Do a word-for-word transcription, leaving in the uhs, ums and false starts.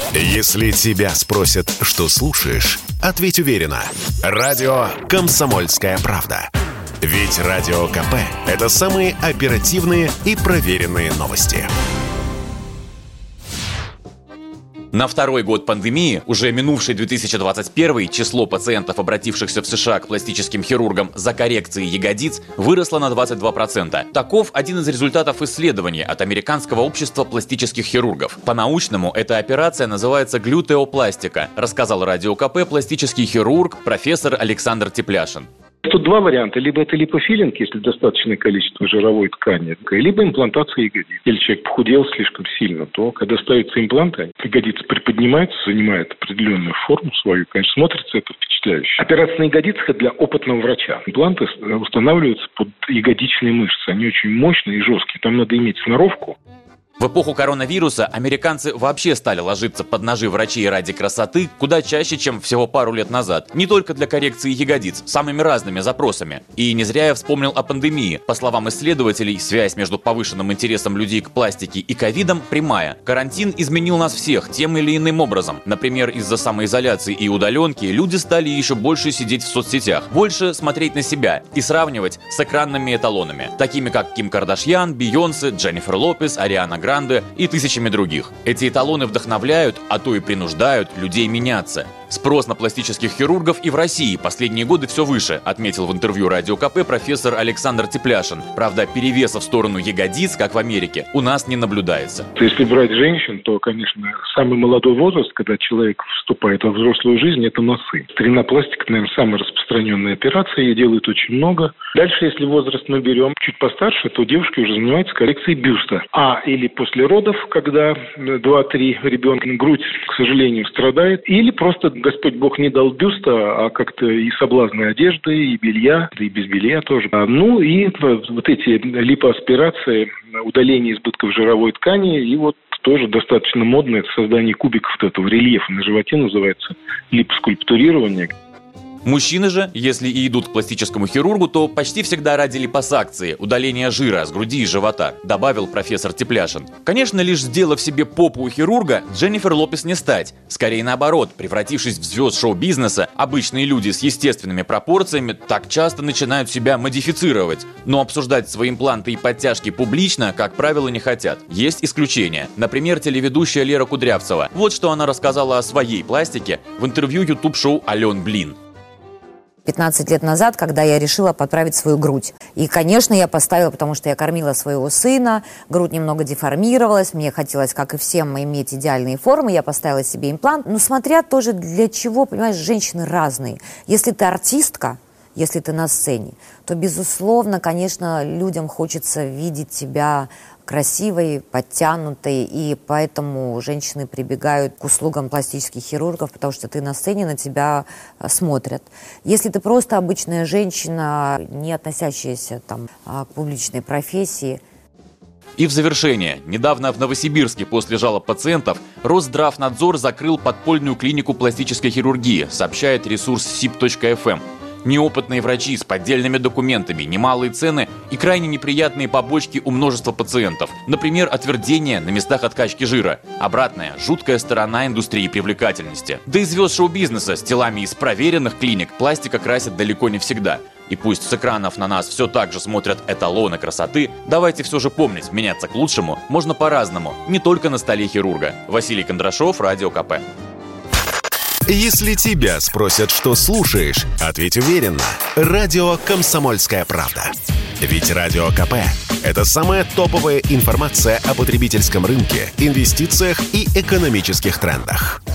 Если тебя спросят, что слушаешь, ответь уверенно. Радио «Комсомольская правда». Ведь Радио КП – это самые оперативные и проверенные новости. На второй год пандемии, уже минувший две тысячи двадцать первый, число пациентов, обратившихся в США к пластическим хирургам за коррекцией ягодиц, выросло на двадцать два процента. Таков один из результатов исследования от Американского общества пластических хирургов. По-научному эта операция называется глютеопластика, рассказал Радио КП пластический хирург профессор Александр Тепляшин. Тут два варианта. Либо это липофилинг, если достаточное количество жировой ткани, либо имплантация ягодиц. Если человек похудел слишком сильно, то когда ставятся импланты, ягодицы приподнимаются, занимают определенную форму свою, конечно, смотрится это впечатляюще. Операция на ягодицах – это для опытного врача. Импланты устанавливаются под ягодичные мышцы. Они очень мощные и жесткие. Там надо иметь сноровку. В эпоху коронавируса американцы вообще стали ложиться под ножи врачей ради красоты куда чаще, чем всего пару лет назад. Не только для коррекции ягодиц, самыми разными запросами. И не зря я вспомнил о пандемии. По словам исследователей, связь между повышенным интересом людей к пластике и ковидом прямая. Карантин изменил нас всех тем или иным образом. Например, из-за самоизоляции и удаленки люди стали еще больше сидеть в соцсетях, больше смотреть на себя и сравнивать с экранными эталонами, такими как Ким Кардашьян, Бейонсе, Дженнифер Лопес, Ариана Гранде и тысячами других. Эти эталоны вдохновляют, а то и принуждают людей меняться. Спрос на пластических хирургов и в России последние годы все выше, отметил в интервью Радио КП профессор Александр Тепляшин. Правда, перевеса в сторону ягодиц, как в Америке, у нас не наблюдается. Если брать женщин, то, конечно, самый молодой возраст, когда человек вступает во взрослую жизнь, это носы. Ринопластика, наверное, самая распространенная операция, ее делают очень много. Дальше, если возраст мы берем чуть постарше, то девушки уже занимаются коррекцией бюста. А или после родов, когда два-три ребенка, грудь, к сожалению, страдает, или просто Господь Бог не дал бюста, а как-то и соблазны одежды, и белья, да и без белья тоже. Ну и вот эти липоаспирации, удаление избытков жировой ткани, и вот тоже достаточно модно, это создание кубиков вот этого рельефа на животе, называется липоскульптурирование. Мужчины же, если и идут к пластическому хирургу, то почти всегда ради липосакции, удаления жира с груди и живота, добавил профессор Тепляшин. Конечно, лишь сделав себе попу у хирурга, Дженнифер Лопес не стать. Скорее наоборот, превратившись в звезд шоу-бизнеса, обычные люди с естественными пропорциями так часто начинают себя модифицировать. Но обсуждать свои импланты и подтяжки публично, как правило, не хотят. Есть исключения. Например, телеведущая Лера Кудрявцева. Вот что она рассказала о своей пластике в интервью YouTube-шоу «Ален Блин». пятнадцать лет назад, когда я решила подправить свою грудь. И, конечно, я поставила, потому что я кормила своего сына, грудь немного деформировалась, мне хотелось, как и всем, иметь идеальные формы, я поставила себе имплант. Но смотря тоже для чего, понимаешь, женщины разные. Если ты артистка, если ты на сцене, то, безусловно, конечно, людям хочется видеть тебя красивой, подтянутой, и поэтому женщины прибегают к услугам пластических хирургов, потому что ты на сцене, на тебя смотрят. Если ты просто обычная женщина, не относящаяся там, к публичной профессии. И в завершение. Недавно в Новосибирске после жалоб пациентов Росздравнадзор закрыл подпольную клинику пластической хирургии, сообщает ресурс сип точка эф эм. Неопытные врачи с поддельными документами, немалые цены и крайне неприятные побочки у множества пациентов. Например, отвердение на местах откачки жира. Обратная, жуткая сторона индустрии привлекательности. Да и звезд шоу-бизнеса с телами из проверенных клиник пластика красят далеко не всегда. И пусть с экранов на нас все так же смотрят эталоны красоты, давайте все же помнить, меняться к лучшему можно по-разному, не только на столе хирурга. Василий Кондрашов, Радио КП. Если тебя спросят, что слушаешь, ответь уверенно. Радио «Комсомольская правда». Ведь Радио КП – это самая топовая информация о потребительском рынке, инвестициях и экономических трендах.